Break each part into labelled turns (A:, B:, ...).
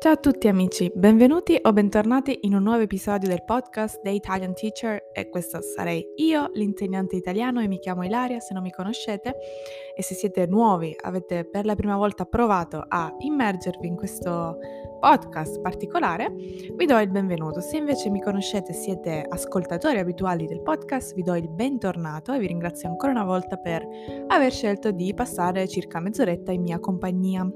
A: Ciao a tutti amici, benvenuti o bentornati in un nuovo episodio del podcast The Italian Teacher e questa sarei io, l'insegnante italiano e mi chiamo Ilaria se non mi conoscete e se siete nuovi, avete per la prima volta provato a immergervi in questo podcast particolare, vi do il benvenuto. Se invece mi conoscete e siete ascoltatori abituali del podcast, vi do il bentornato e vi ringrazio ancora una volta per aver scelto di passare circa mezz'oretta in mia compagnia.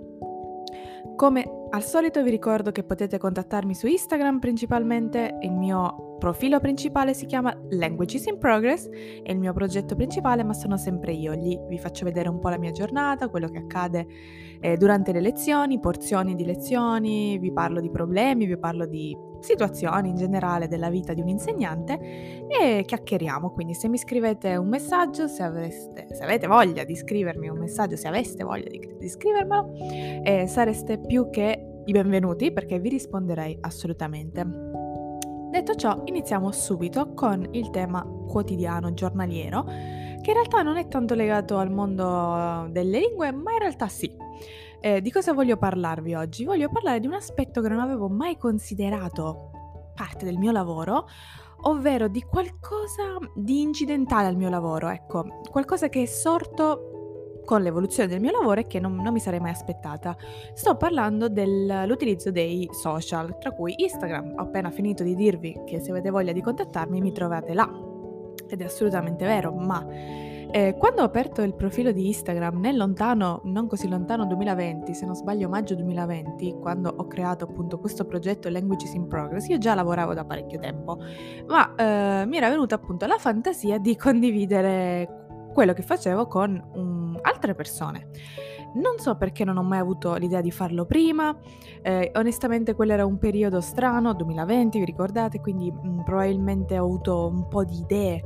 A: Come al solito vi ricordo che potete contattarmi su Instagram principalmente, il mio profilo principale si chiama Languages in Progress, è il mio progetto principale ma sono sempre io, lì vi faccio vedere un po' la mia giornata, quello che accade durante le lezioni, porzioni di lezioni, vi parlo di problemi, vi parlo di situazioni in generale della vita di un insegnante e chiacchieriamo, quindi se mi scrivete un messaggio, se avete voglia di scrivermi un messaggio, se aveste voglia di scrivermelo, sareste più che i benvenuti perché vi risponderei assolutamente. Detto ciò, iniziamo subito con il tema quotidiano, giornaliero, che in realtà non è tanto legato al mondo delle lingue, ma in realtà sì. Di cosa voglio parlarvi oggi? Voglio parlare di un aspetto che non avevo mai considerato parte del mio lavoro, ovvero di qualcosa di incidentale al mio lavoro, ecco, qualcosa che è sorto con l'evoluzione del mio lavoro e che non mi sarei mai aspettata. Sto parlando dell'utilizzo dei social, tra cui Instagram. Ho appena finito di dirvi che se avete voglia di contattarmi mi trovate là. Ed è assolutamente vero, ma quando ho aperto il profilo di Instagram nel lontano, non così lontano 2020, se non sbaglio maggio 2020, quando ho creato appunto questo progetto Languages in Progress, io già lavoravo da parecchio tempo, ma mi era venuta appunto la fantasia di condividere quello che facevo con altre persone. Non so perché non ho mai avuto l'idea di farlo prima, onestamente quello era un periodo strano, 2020, vi ricordate? Quindi probabilmente ho avuto un po' di idee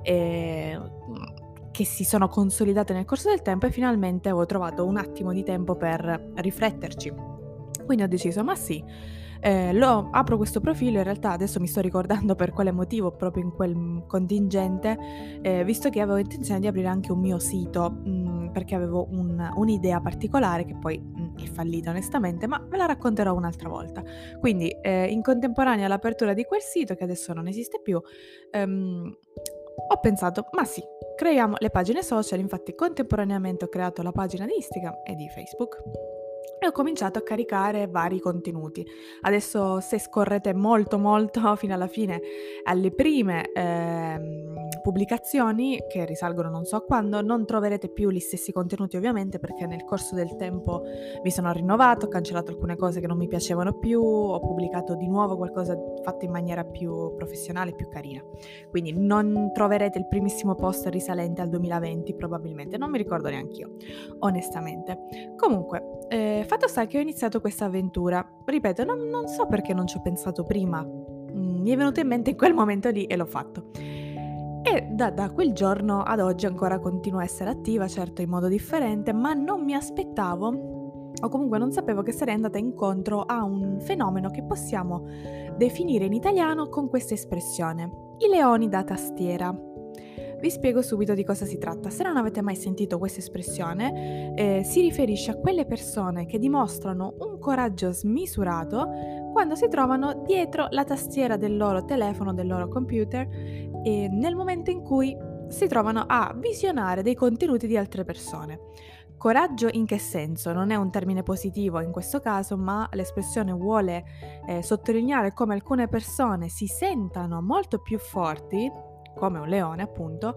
A: che si sono consolidate nel corso del tempo e finalmente avevo trovato un attimo di tempo per rifletterci. Quindi ho deciso, ma sì, apro questo profilo, in realtà adesso mi sto ricordando per quale motivo proprio in quel contingente, visto che avevo intenzione di aprire anche un mio sito, perché avevo un'idea particolare che poi è fallita onestamente, ma ve la racconterò un'altra volta. Quindi in contemporanea all'apertura di quel sito, che adesso non esiste più, ho pensato, ma sì, creiamo le pagine social, infatti contemporaneamente ho creato la pagina di Instagram e di Facebook e ho cominciato a caricare vari contenuti. Adesso se scorrete molto fino alla fine, alle prime pubblicazioni, che risalgono non so a quando, non troverete più gli stessi contenuti ovviamente perché nel corso del tempo mi sono rinnovato, ho cancellato alcune cose che non mi piacevano più, ho pubblicato di nuovo qualcosa fatto in maniera più professionale, più carina. Quindi non troverete il primissimo post risalente al 2020 probabilmente, non mi ricordo neanche io, onestamente. Comunque, fatto sta che ho iniziato questa avventura. Ripeto, non so perché non ci ho pensato prima. Mi è venuto in mente in quel momento lì e l'ho fatto. E da quel giorno ad oggi ancora continuo a essere attiva, certo in modo differente, ma non mi aspettavo, o comunque non sapevo che sarei andata incontro a un fenomeno che possiamo definire in italiano con questa espressione: i leoni da tastiera. Vi spiego subito di cosa si tratta. Se non avete mai sentito questa espressione, si riferisce a quelle persone che dimostrano un coraggio smisurato quando si trovano dietro la tastiera del loro telefono, del loro computer, e nel momento in cui si trovano a visionare dei contenuti di altre persone. Coraggio in che senso? Non è un termine positivo in questo caso, ma l'espressione vuole sottolineare come alcune persone si sentano molto più forti, come un leone appunto,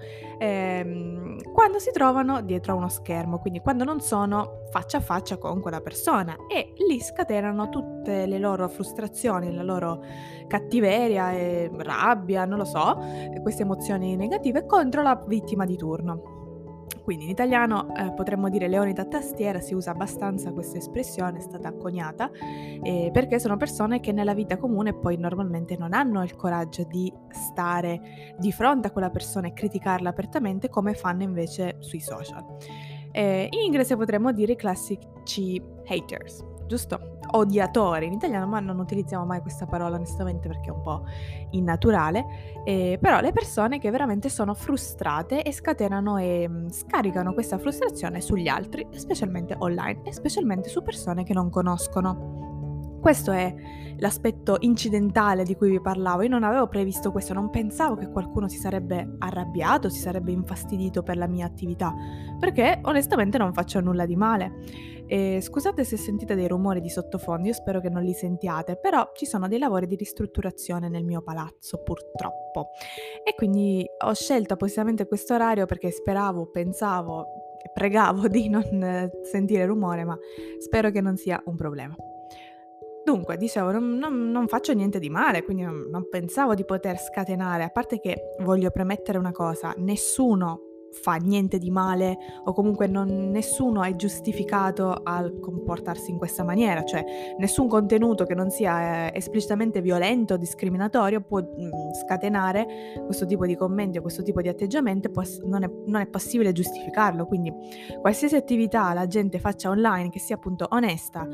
A: quando si trovano dietro a uno schermo, quindi quando non sono faccia a faccia con quella persona e lì scatenano tutte le loro frustrazioni, la loro cattiveria e rabbia, non lo so, queste emozioni negative contro la vittima di turno. Quindi in italiano potremmo dire leoni da tastiera, si usa abbastanza questa espressione, è stata coniata, perché sono persone che nella vita comune poi normalmente non hanno il coraggio di stare di fronte a quella persona e criticarla apertamente come fanno invece sui social. In inglese potremmo dire i classici haters, giusto? Odiatori in italiano, ma non utilizziamo mai questa parola onestamente perché è un po' innaturale, però le persone che veramente sono frustrate e scatenano e scaricano questa frustrazione sugli altri, specialmente online e specialmente su persone che non conoscono. Questo è l'aspetto incidentale di cui vi parlavo. Io non avevo previsto questo, non pensavo che qualcuno si sarebbe arrabbiato, si sarebbe infastidito per la mia attività, perché onestamente non faccio nulla di male. Scusate se sentite dei rumori di sottofondo, io spero che non li sentiate, però ci sono dei lavori di ristrutturazione nel mio palazzo, purtroppo. E quindi ho scelto appositamente questo orario perché speravo, pensavo e pregavo di non sentire rumore, ma spero che non sia un problema. Dunque, dicevo, non faccio niente di male, quindi non pensavo di poter scatenare, a parte che voglio premettere una cosa: nessuno fa niente di male o comunque nessuno è giustificato al comportarsi in questa maniera, cioè nessun contenuto che non sia, esplicitamente violento o discriminatorio può, scatenare questo tipo di commenti o questo tipo di atteggiamento, non è possibile giustificarlo. Quindi qualsiasi attività la gente faccia online che sia appunto onesta,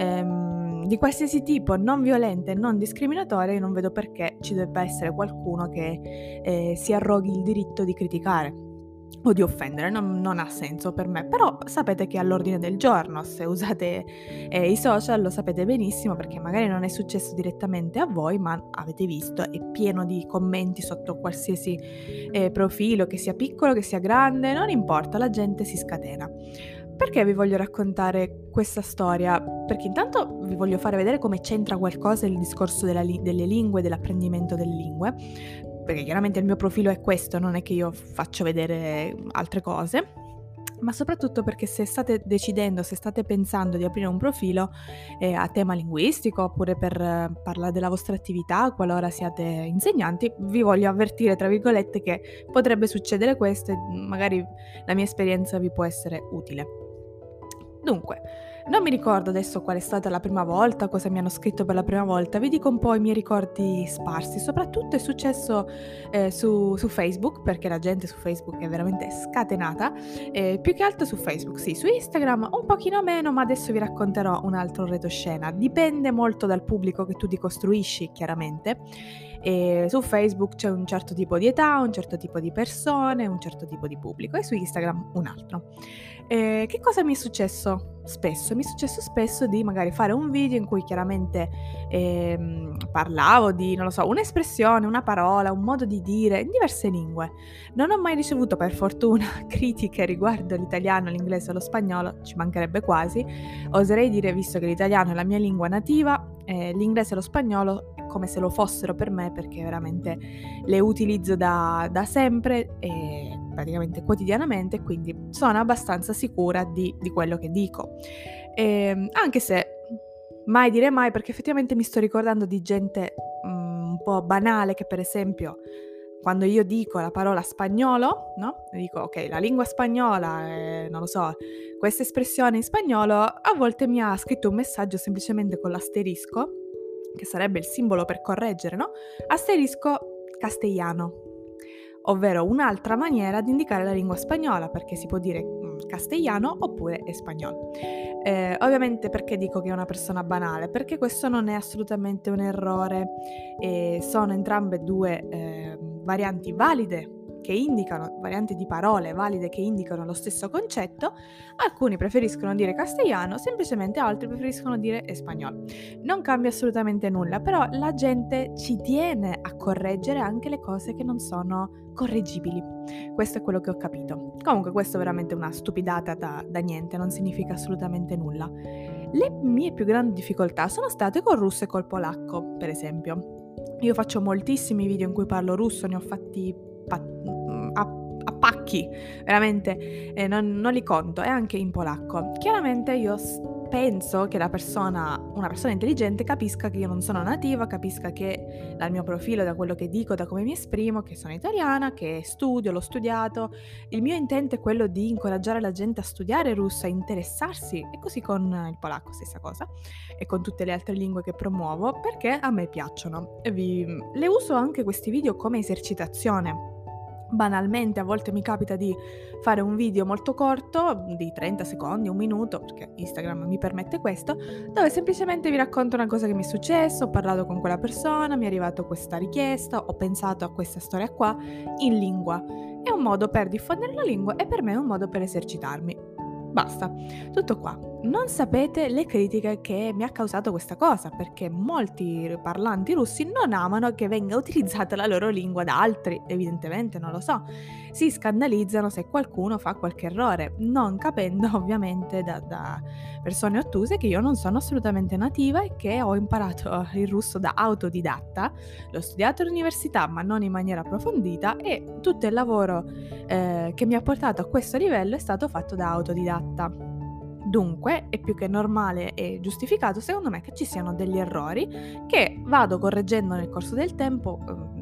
A: di qualsiasi tipo, non violenta e non discriminatoria, io non vedo perché ci debba essere qualcuno che si arroghi il diritto di criticare o di offendere, non ha senso per me. Però sapete che è all'ordine del giorno, se usate i social lo sapete benissimo, perché magari non è successo direttamente a voi, ma avete visto, è pieno di commenti sotto qualsiasi profilo, che sia piccolo, che sia grande, non importa, la gente si scatena. Perché vi voglio raccontare questa storia? Perché intanto vi voglio fare vedere come c'entra qualcosa il discorso delle lingue, dell'apprendimento delle lingue, perché chiaramente il mio profilo è questo, non è che io faccio vedere altre cose, ma soprattutto perché se state decidendo, se state pensando di aprire un profilo a tema linguistico oppure per parlare della vostra attività, qualora siate insegnanti, vi voglio avvertire, tra virgolette, che potrebbe succedere questo e magari la mia esperienza vi può essere utile. Dunque, non mi ricordo adesso qual è stata la prima volta, cosa mi hanno scritto per la prima volta, vi dico un po' i miei ricordi sparsi. Soprattutto è successo su Facebook, perché la gente su Facebook è veramente scatenata, più che altro su Facebook, sì, su Instagram un pochino meno, ma adesso vi racconterò un altro retroscena. Dipende molto dal pubblico che tu ti costruisci, chiaramente. Su Facebook c'è un certo tipo di età, un certo tipo di persone, un certo tipo di pubblico, e su Instagram un altro. Che cosa mi è successo spesso? Mi è successo spesso di magari fare un video in cui chiaramente parlavo di, non lo so, un'espressione, una parola, un modo di dire in diverse lingue. Non ho mai ricevuto, per fortuna, critiche riguardo l'italiano, l'inglese o lo spagnolo, ci mancherebbe quasi. Oserei dire, visto che l'italiano è la mia lingua nativa, l'inglese e lo spagnolo è come se lo fossero per me, perché veramente le utilizzo da sempre e praticamente quotidianamente, quindi sono abbastanza sicura di quello che dico. Anche se mai dire mai, perché effettivamente mi sto ricordando di gente un po' banale che, per esempio, quando io dico la parola spagnolo, no? Dico ok, la lingua spagnola, non lo so, questa espressione in spagnolo, a volte mi ha scritto un messaggio semplicemente con l'asterisco, che sarebbe il simbolo per correggere, no? Asterisco castellano, ovvero un'altra maniera di indicare la lingua spagnola, perché si può dire castellano oppure espagnolo. Ovviamente, perché dico che è una persona banale? Perché questo non è assolutamente un errore, sono entrambe due varianti valide che indicano, varianti di parole valide che indicano lo stesso concetto. Alcuni preferiscono dire castellano, semplicemente altri preferiscono dire espagnolo. Non cambia assolutamente nulla, però la gente ci tiene a correggere anche le cose che non sono correggibili. Questo è quello che ho capito. Comunque questo è veramente una stupidata da niente, non significa assolutamente nulla. Le mie più grandi difficoltà sono state col russo e col polacco, per esempio. Io faccio moltissimi video in cui parlo russo, ne ho fatti a pacchi, veramente, non li conto, e anche in polacco. Chiaramente io penso che una persona intelligente capisca che io non sono nativa, capisca che dal mio profilo, da quello che dico, da come mi esprimo, che sono italiana, che studio, l'ho studiato. Il mio intento è quello di incoraggiare la gente a studiare russo, a interessarsi, e così con il polacco stessa cosa, e con tutte le altre lingue che promuovo, perché a me piacciono. Le uso anche questi video come esercitazione. Banalmente a volte mi capita di fare un video molto corto, di 30 secondi, 1 minuto, perché Instagram mi permette questo, dove semplicemente vi racconto una cosa che mi è successo, ho parlato con quella persona, mi è arrivata questa richiesta, ho pensato a questa storia qua, in lingua. È un modo per diffondere la lingua e per me è un modo per esercitarmi. Basta, tutto qua. non sapete le critiche che mi ha causato questa cosa, perché molti parlanti russi non amano che venga utilizzata la loro lingua da altri, evidentemente, non lo so. Si scandalizzano se qualcuno fa qualche errore, non capendo ovviamente da persone ottuse che io non sono assolutamente nativa e che ho imparato il russo da autodidatta, l'ho studiato all'università ma non in maniera approfondita e tutto il lavoro che mi ha portato a questo livello è stato fatto da autodidatta. Dunque è più che normale e giustificato secondo me che ci siano degli errori che vado correggendo nel corso del tempo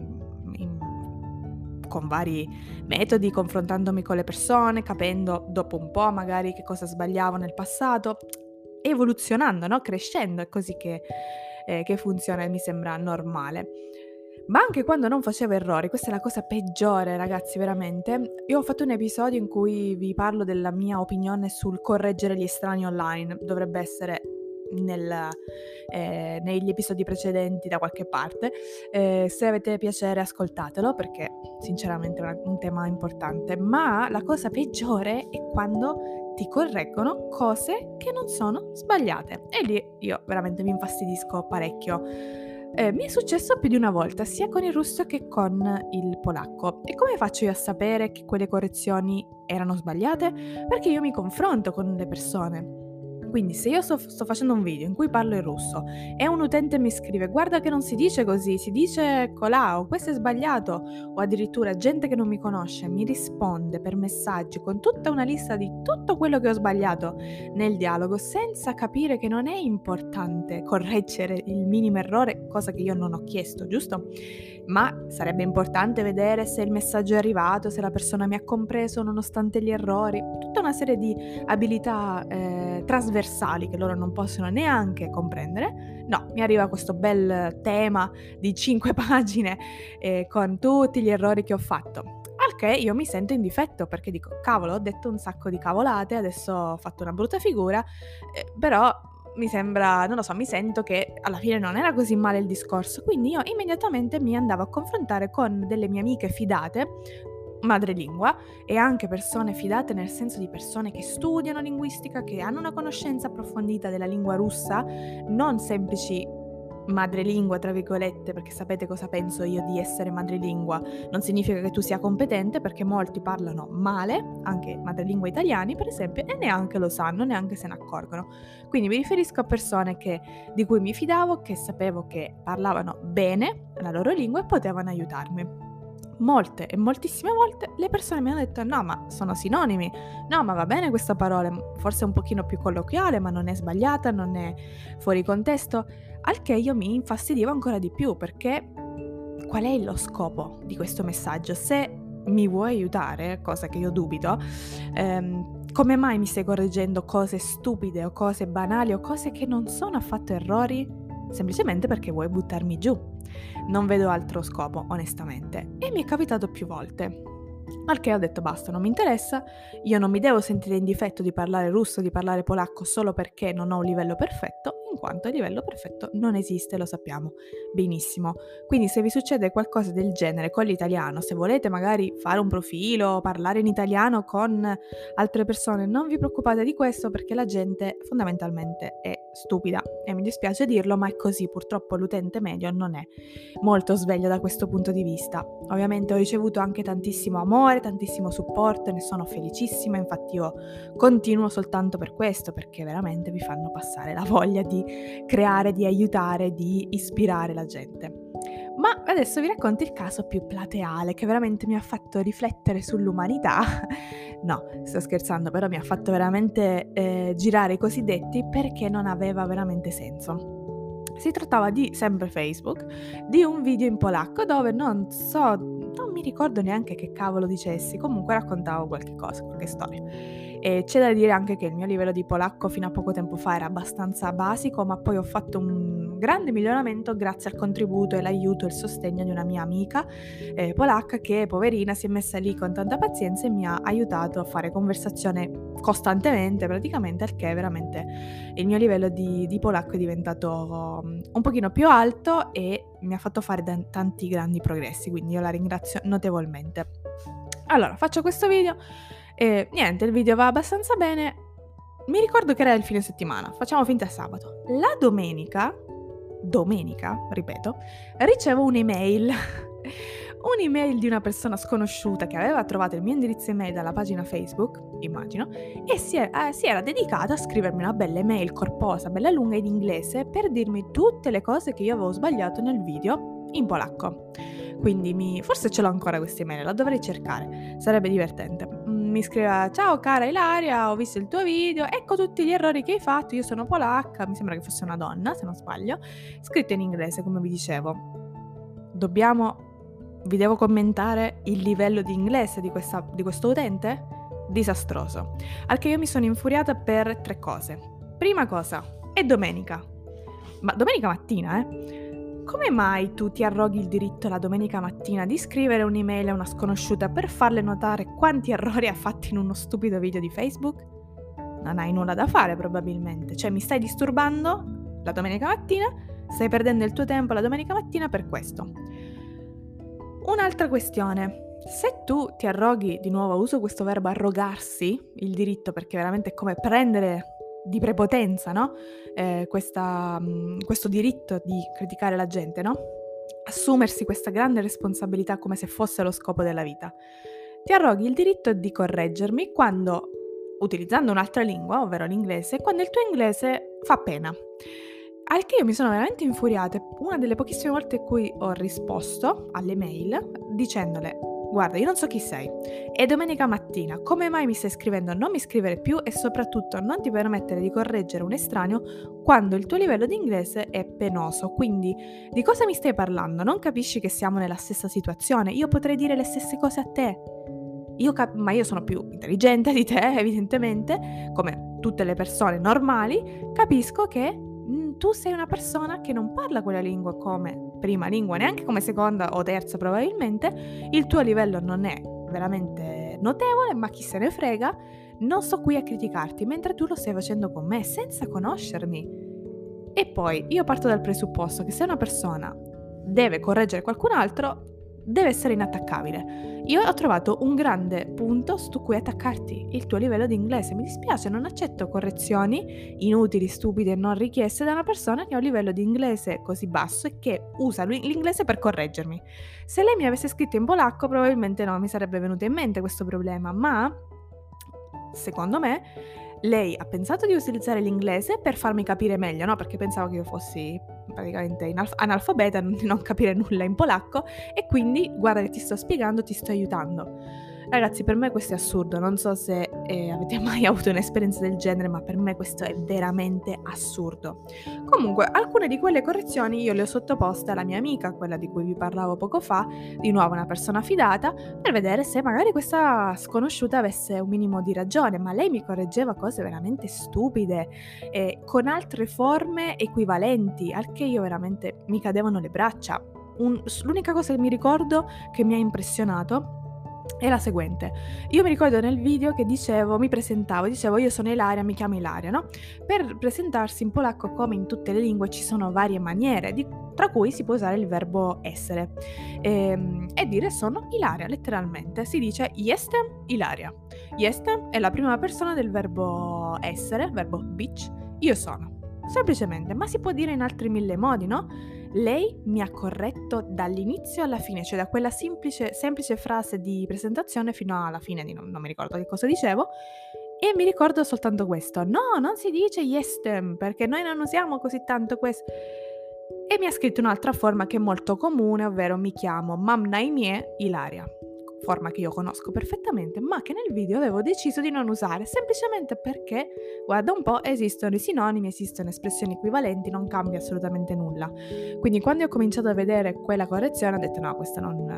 A: con vari metodi, confrontandomi con le persone, capendo dopo un po' magari che cosa sbagliavo nel passato, evoluzionando, no? Crescendo, è così che funziona e mi sembra normale. Ma anche quando non facevo errori, questa è la cosa peggiore ragazzi veramente, io ho fatto un episodio in cui vi parlo della mia opinione sul correggere gli estranei online, dovrebbe essere negli episodi precedenti da qualche parte, se avete piacere ascoltatelo perché sinceramente è un tema importante, ma la cosa peggiore è quando ti correggono cose che non sono sbagliate e lì io veramente mi infastidisco parecchio. Mi è successo più di una volta, sia con il russo che con il polacco. E come faccio io a sapere che quelle correzioni erano sbagliate? Perché io mi confronto con le persone. Quindi se io sto facendo un video in cui parlo in russo e un utente mi scrive guarda che non si dice così, si dice colà o questo è sbagliato, o addirittura gente che non mi conosce mi risponde per messaggi con tutta una lista di tutto quello che ho sbagliato nel dialogo senza capire che non è importante correggere il minimo errore, cosa che io non ho chiesto, giusto? Ma sarebbe importante vedere se il messaggio è arrivato, se la persona mi ha compreso nonostante gli errori, tutta una serie di abilità trasversali che loro non possono neanche comprendere. No, mi arriva questo bel tema di 5 pagine con tutti gli errori che ho fatto. Al che io mi sento in difetto perché dico, cavolo, ho detto un sacco di cavolate, adesso ho fatto una brutta figura, però mi sembra, non lo so, mi sento che alla fine non era così male il discorso, quindi io immediatamente mi andavo a confrontare con delle mie amiche fidate, madrelingua, e anche persone fidate nel senso di persone che studiano linguistica, che hanno una conoscenza approfondita della lingua russa, non semplici madrelingua tra virgolette, perché sapete cosa penso io di essere madrelingua, non significa che tu sia competente perché molti parlano male, anche madrelingua italiani per esempio, e neanche lo sanno, neanche se ne accorgono. Quindi mi riferisco a persone di cui mi fidavo, che sapevo che parlavano bene la loro lingua e potevano aiutarmi. Molte e moltissime volte le persone mi hanno detto no ma sono sinonimi, no ma va bene questa parola, forse è un pochino più colloquiale ma non è sbagliata, non è fuori contesto, al che io mi infastidivo ancora di più perché qual è lo scopo di questo messaggio? Se mi vuoi aiutare, cosa che io dubito, come mai mi stai correggendo cose stupide o cose banali o cose che non sono affatto errori? Semplicemente perché vuoi buttarmi giù. Non vedo altro scopo, onestamente. E mi è capitato più volte. Al che ho detto basta, non mi interessa, io non mi devo sentire in difetto di parlare russo, di parlare polacco solo perché non ho un livello perfetto, in quanto il livello perfetto non esiste, lo sappiamo benissimo. Quindi se vi succede qualcosa del genere con l'italiano, se volete magari fare un profilo, parlare in italiano con altre persone, non vi preoccupate di questo perché la gente fondamentalmente è stupida e mi dispiace dirlo, ma è così, purtroppo l'utente medio non è molto sveglio da questo punto di vista. Ovviamente ho ricevuto anche tantissimo amore, tantissimo supporto e ne sono felicissima, infatti io continuo soltanto per questo, perché veramente vi fanno passare la voglia di creare, di aiutare, di ispirare la gente. Ma adesso vi racconto il caso più plateale che veramente mi ha fatto riflettere sull'umanità. No, sto scherzando, però mi ha fatto veramente girare i cosiddetti perché non aveva veramente senso. Si trattava di, sempre Facebook, di un video in polacco dove non mi ricordo neanche che cavolo dicessi, comunque raccontavo qualche cosa, qualche storia. E c'è da dire anche che il mio livello di polacco fino a poco tempo fa era abbastanza basico, ma poi ho fatto un grande miglioramento grazie al contributo e l'aiuto e il sostegno di una mia amica polacca che, poverina, si è messa lì con tanta pazienza e mi ha aiutato a fare conversazione costantemente, praticamente, al che veramente il mio livello di polacco è diventato un pochino più alto e mi ha fatto fare tanti grandi progressi, quindi io la ringrazio notevolmente. Allora, faccio questo video e niente, il video va abbastanza bene, Mi ricordo che era il fine settimana, facciamo finta sabato. La domenica, ripeto, ricevo un'email. Un'email di una persona sconosciuta che aveva trovato il mio indirizzo email dalla pagina Facebook, immagino, e si era dedicata a scrivermi una bella email corposa, bella lunga in inglese, per dirmi tutte le cose che io avevo sbagliato nel video in polacco. Quindi forse ce l'ho ancora questa email, la dovrei cercare, sarebbe divertente. Mi scriveva: ciao cara Ilaria, ho visto il tuo video, ecco tutti gli errori che hai fatto, io sono polacca, mi sembra che fosse una donna se non sbaglio, scritto in inglese come vi dicevo. Vi devo commentare il livello di inglese di questo utente? Disastroso. Al che io mi sono infuriata per 3 cose. Prima cosa, è domenica. Ma domenica mattina, Come mai tu ti arroghi il diritto la domenica mattina di scrivere un'email a una sconosciuta per farle notare quanti errori ha fatto in uno stupido video di Facebook? Non hai nulla da fare probabilmente, cioè mi stai disturbando la domenica mattina, stai perdendo il tuo tempo la domenica mattina per questo. Un'altra questione, se tu ti arroghi, di nuovo uso questo verbo arrogarsi, il diritto, perché veramente è come prendere di prepotenza, no? Questo diritto di criticare la gente, no? Assumersi questa grande responsabilità come se fosse lo scopo della vita. Ti arroghi il diritto di correggermi quando, utilizzando un'altra lingua, ovvero l'inglese, quando il tuo inglese fa pena. Al che io mi sono veramente infuriata, una delle pochissime volte in cui ho risposto alle mail dicendole: guarda, io non so chi sei, è domenica mattina, come mai mi stai scrivendo? Non mi scrivere più e soprattutto non ti permettere di correggere un estraneo quando il tuo livello di inglese è penoso. Quindi di cosa mi stai parlando? Non capisci che siamo nella stessa situazione? Io potrei dire le stesse cose a te. Ma io sono più intelligente di te, evidentemente, come tutte le persone normali, capisco che tu sei una persona che non parla quella lingua come prima lingua, neanche come seconda o terza probabilmente, il tuo livello non è veramente notevole, ma chi se ne frega, non sto qui a criticarti, mentre tu lo stai facendo con me, senza conoscermi. E poi io parto dal presupposto che se una persona deve correggere qualcun altro, deve essere inattaccabile. Io ho trovato un grande punto su cui attaccarti, il tuo livello di inglese. Mi dispiace, non accetto correzioni inutili, stupide e non richieste da una persona che ha un livello di inglese così basso e che usa l'inglese per correggermi. Se lei mi avesse scritto in polacco, probabilmente non mi sarebbe venuto in mente questo problema, ma secondo me lei ha pensato di utilizzare l'inglese per farmi capire meglio, no? Perché pensavo che io fossi praticamente analfabeta, non capire nulla in polacco, e quindi guarda che ti sto spiegando, ti sto aiutando. Ragazzi, per me questo è assurdo, non so se avete mai avuto un'esperienza del genere, ma per me questo è veramente assurdo. Comunque, alcune di quelle correzioni io le ho sottoposte alla mia amica, quella di cui vi parlavo poco fa, di nuovo una persona fidata, per vedere se magari questa sconosciuta avesse un minimo di ragione, ma lei mi correggeva cose veramente stupide, con altre forme equivalenti, al che io veramente mi cadevano le braccia. L'unica cosa che mi ricordo che mi ha impressionato è la seguente. Io mi ricordo nel video che mi presentavo, dicevo io sono Ilaria, mi chiamo Ilaria, no? Per presentarsi in polacco, come in tutte le lingue, ci sono varie maniere, tra cui si può usare il verbo essere e dire sono Ilaria, letteralmente. Si dice jestem Ilaria. Jestem è la prima persona del verbo essere, verbo być, io sono. Semplicemente, ma si può dire in altri 1000 modi, no? Lei mi ha corretto dall'inizio alla fine, cioè da quella semplice frase di presentazione fino alla fine di non mi ricordo che cosa dicevo, e mi ricordo soltanto questo: no, non si dice jestem, perché noi non usiamo così tanto questo. E mi ha scritto un'altra forma che è molto comune, ovvero mi chiamo Mam na imię Ilaria, forma che io conosco perfettamente, ma che nel video avevo deciso di non usare, semplicemente perché, guarda un po', esistono i sinonimi, esistono espressioni equivalenti, non cambia assolutamente nulla. Quindi quando ho cominciato a vedere quella correzione ho detto no, questa non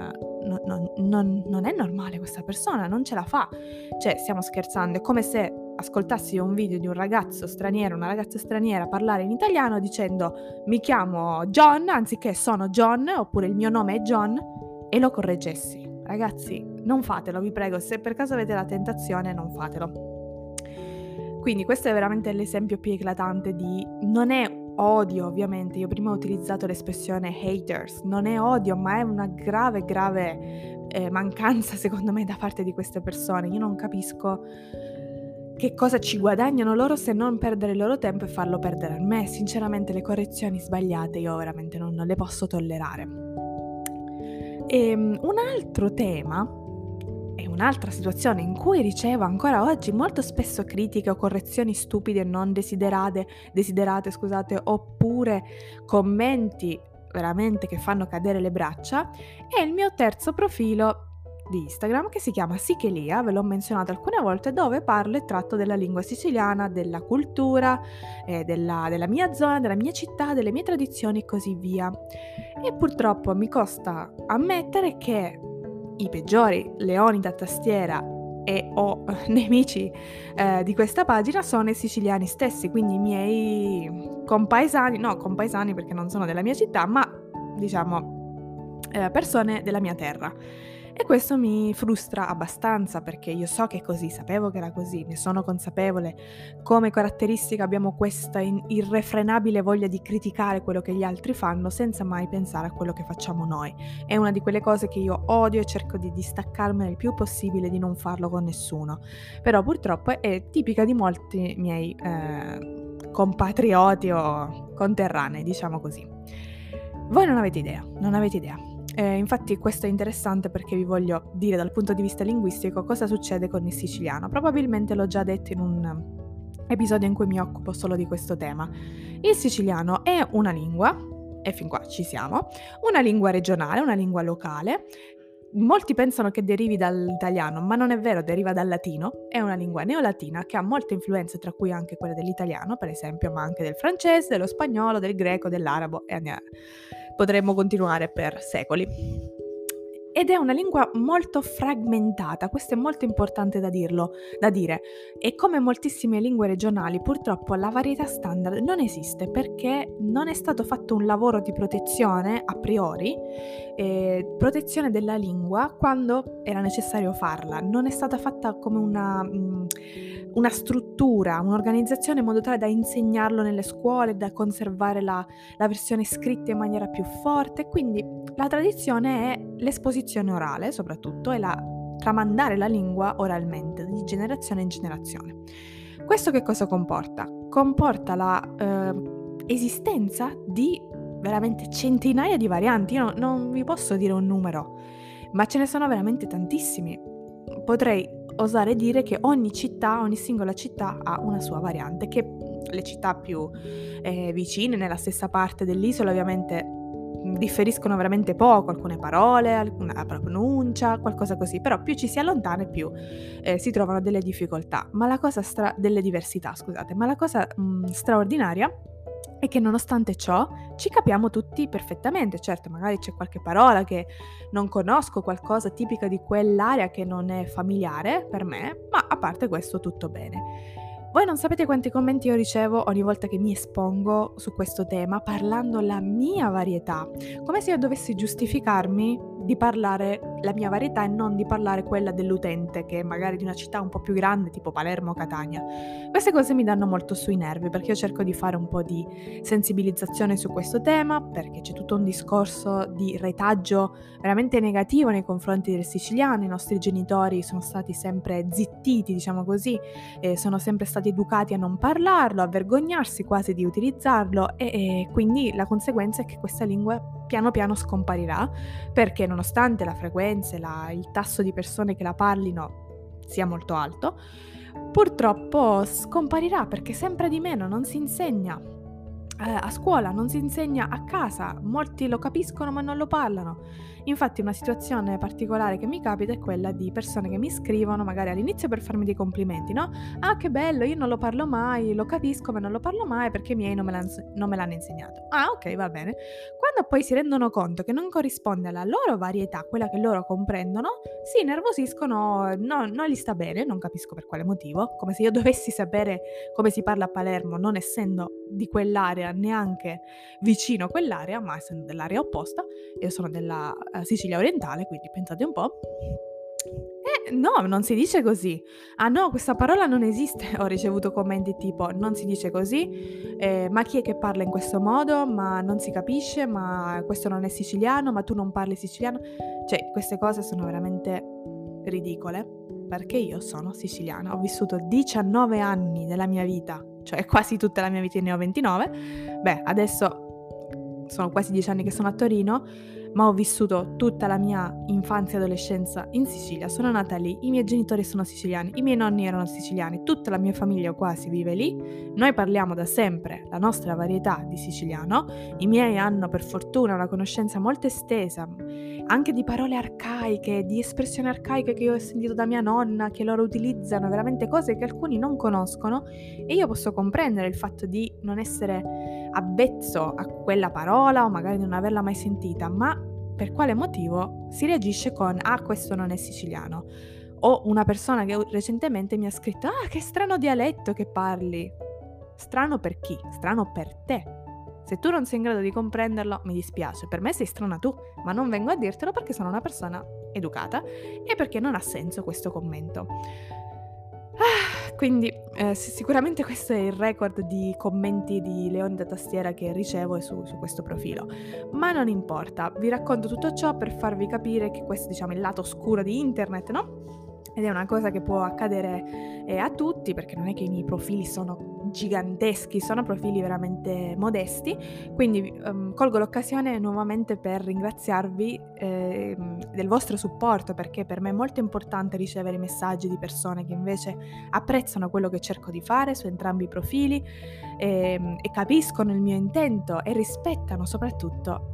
A: è normale, questa persona non ce la fa, cioè stiamo scherzando, è come se ascoltassi un video di un ragazzo straniero, una ragazza straniera parlare in italiano dicendo mi chiamo John anziché sono John, oppure il mio nome è John, e lo correggessi. Ragazzi, non fatelo, vi prego, se per caso avete la tentazione non fatelo. Quindi questo è veramente l'esempio più eclatante di, non è odio ovviamente, io prima ho utilizzato l'espressione haters, non è odio ma è una grave mancanza secondo me da parte di queste persone. Io non capisco che cosa ci guadagnano loro se non perdere il loro tempo e farlo perdere a me? Sinceramente le correzioni sbagliate io veramente non le posso tollerare. Un altro tema e un'altra situazione in cui ricevo ancora oggi molto spesso critiche o correzioni stupide e non desiderate, scusate, oppure commenti veramente che fanno cadere le braccia, è il mio terzo profilo di Instagram che si chiama Sichelia, ve l'ho menzionato alcune volte, dove parlo e tratto della lingua siciliana, della cultura, della mia zona, della mia città, delle mie tradizioni e così via. E purtroppo mi costa ammettere che i peggiori leoni da tastiera e o nemici di questa pagina sono i siciliani stessi, quindi i miei compaesani perché non sono della mia città, ma diciamo persone della mia terra. E questo mi frustra abbastanza perché io so che è così, sapevo che era così, ne sono consapevole. Come caratteristica abbiamo questa irrefrenabile voglia di criticare quello che gli altri fanno senza mai pensare a quello che facciamo noi. È una di quelle cose che io odio e cerco di distaccarmene il più possibile, di non farlo con nessuno. Però purtroppo è tipica di molti miei compatrioti o conterranei, diciamo così. Voi non avete idea, non avete idea. Infatti questo è interessante perché vi voglio dire dal punto di vista linguistico cosa succede con il siciliano. Probabilmente l'ho già detto in un episodio in cui mi occupo solo di questo tema. Il siciliano è una lingua, e fin qua ci siamo, una lingua regionale, una lingua locale. Molti pensano che derivi dall'italiano, ma non è vero, deriva dal latino. È una lingua neolatina che ha molte influenze, tra cui anche quelle dell'italiano, per esempio, ma anche del francese, dello spagnolo, del greco, dell'arabo e potremmo continuare per secoli. Ed è una lingua molto fragmentata, questo è molto importante da dire. E come moltissime lingue regionali, purtroppo la varietà standard non esiste perché non è stato fatto un lavoro di protezione a priori, protezione della lingua quando era necessario farla. Non è stata fatta come una struttura, un'organizzazione in modo tale da insegnarlo nelle scuole, da conservare la versione scritta in maniera più forte. Quindi la tradizione è l'esposizione orale, soprattutto, e tramandare la lingua oralmente, di generazione in generazione. Questo che cosa comporta? Comporta la esistenza di veramente centinaia di varianti. Io non vi posso dire un numero, ma ce ne sono veramente tantissimi. Potrei osare dire che ogni singola città ha una sua variante, che le città più vicine, nella stessa parte dell'isola, ovviamente differiscono veramente poco, alcune parole, la pronuncia, qualcosa così, però più ci si allontana più si trovano delle difficoltà, delle diversità, scusate, ma la cosa straordinaria è che nonostante ciò ci capiamo tutti perfettamente. Certo, magari c'è qualche parola che non conosco, qualcosa tipica di quell'area che non è familiare per me, ma a parte questo tutto bene. Voi non sapete quanti commenti io ricevo ogni volta che mi espongo su questo tema parlando la mia varietà, come se io dovessi giustificarmi di parlare la mia varietà e non di parlare quella dell'utente che è magari di una città un po' più grande tipo Palermo o Catania. Queste cose mi danno molto sui nervi perché io cerco di fare un po' di sensibilizzazione su questo tema, perché c'è tutto un discorso di retaggio veramente negativo nei confronti del siciliano. I nostri genitori sono stati sempre zittiti, diciamo così, sono sempre stati educati a non parlarlo, a vergognarsi quasi di utilizzarlo e quindi la conseguenza è che questa lingua piano piano scomparirà, perché nonostante la frequenza e il tasso di persone che la parlino sia molto alto, purtroppo scomparirà perché sempre di meno non si insegna a scuola, non si insegna a casa, molti lo capiscono ma non lo parlano. Infatti una situazione particolare che mi capita è quella di persone che mi scrivono magari all'inizio per farmi dei complimenti, no? Ah, che bello, io non lo parlo mai, lo capisco ma non lo parlo mai perché i miei non me l'hanno insegnato. Ah, ok, va bene. Quando poi si rendono conto che non corrisponde alla loro varietà, quella che loro comprendono, si innervosiscono, no, non gli sta bene, non capisco per quale motivo, come se io dovessi sapere come si parla a Palermo non essendo di quell'area, neanche vicino a quell'area, ma essendo dell'area opposta. Io sono della Sicilia orientale, quindi pensate un po'. No, non si dice così. Ah no, questa parola non esiste. Ho ricevuto commenti tipo non si dice così, ma chi è che parla in questo modo, ma non si capisce, ma questo non è siciliano, ma tu non parli siciliano. Cioè, queste cose sono veramente ridicole. Perché io sono siciliana. Ho vissuto 19 anni della mia vita, cioè quasi tutta la mia vita, ne ho 29. Beh, adesso sono quasi 10 anni che sono a Torino, ma ho vissuto tutta la mia infanzia e adolescenza in Sicilia. Sono nata lì, i miei genitori sono siciliani, i miei nonni erano siciliani, tutta la mia famiglia o quasi vive lì. Noi parliamo da sempre la nostra varietà di siciliano. I miei hanno per fortuna una conoscenza molto estesa, anche di parole arcaiche, di espressioni arcaiche che io ho sentito da mia nonna, che loro utilizzano, veramente cose che alcuni non conoscono, e io posso comprendere il fatto di non essere avvezzo a quella parola o magari di non averla mai sentita, ma per quale motivo si reagisce con "ah, questo non è siciliano"? O una persona che recentemente mi ha scritto "ah, che strano dialetto che parli". Strano per chi? Strano per te. Se tu non sei in grado di comprenderlo, mi dispiace, per me sei strana tu, ma non vengo a dirtelo perché sono una persona educata e perché non ha senso questo commento. Quindi sicuramente questo è il record di commenti di leoni da tastiera che ricevo su questo profilo, ma non importa, vi racconto tutto ciò per farvi capire che questo, diciamo, è il lato oscuro di internet, no? Ed è una cosa che può accadere a tutti, perché non è che i miei profili sono giganteschi, sono profili veramente modesti, quindi colgo l'occasione nuovamente per ringraziarvi del vostro supporto, perché per me è molto importante ricevere messaggi di persone che invece apprezzano quello che cerco di fare su entrambi i profili e capiscono il mio intento e rispettano soprattutto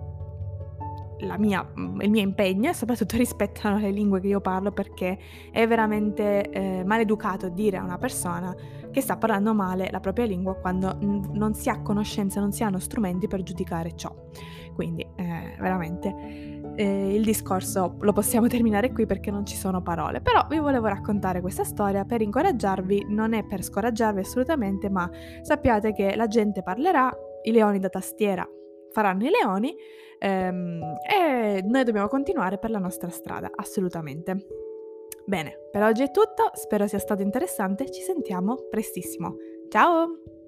A: il mio impegno, e soprattutto rispettano le lingue che io parlo, perché è veramente maleducato dire a una persona che sta parlando male la propria lingua quando non si ha conoscenza, non si hanno strumenti per giudicare ciò. Quindi veramente il discorso lo possiamo terminare qui perché non ci sono parole, però vi volevo raccontare questa storia per incoraggiarvi, non è per scoraggiarvi assolutamente, ma sappiate che la gente parlerà, i leoni da tastiera faranno i leoni, e noi dobbiamo continuare per la nostra strada, assolutamente. Bene, per oggi è tutto, spero sia stato interessante, ci sentiamo prestissimo. Ciao!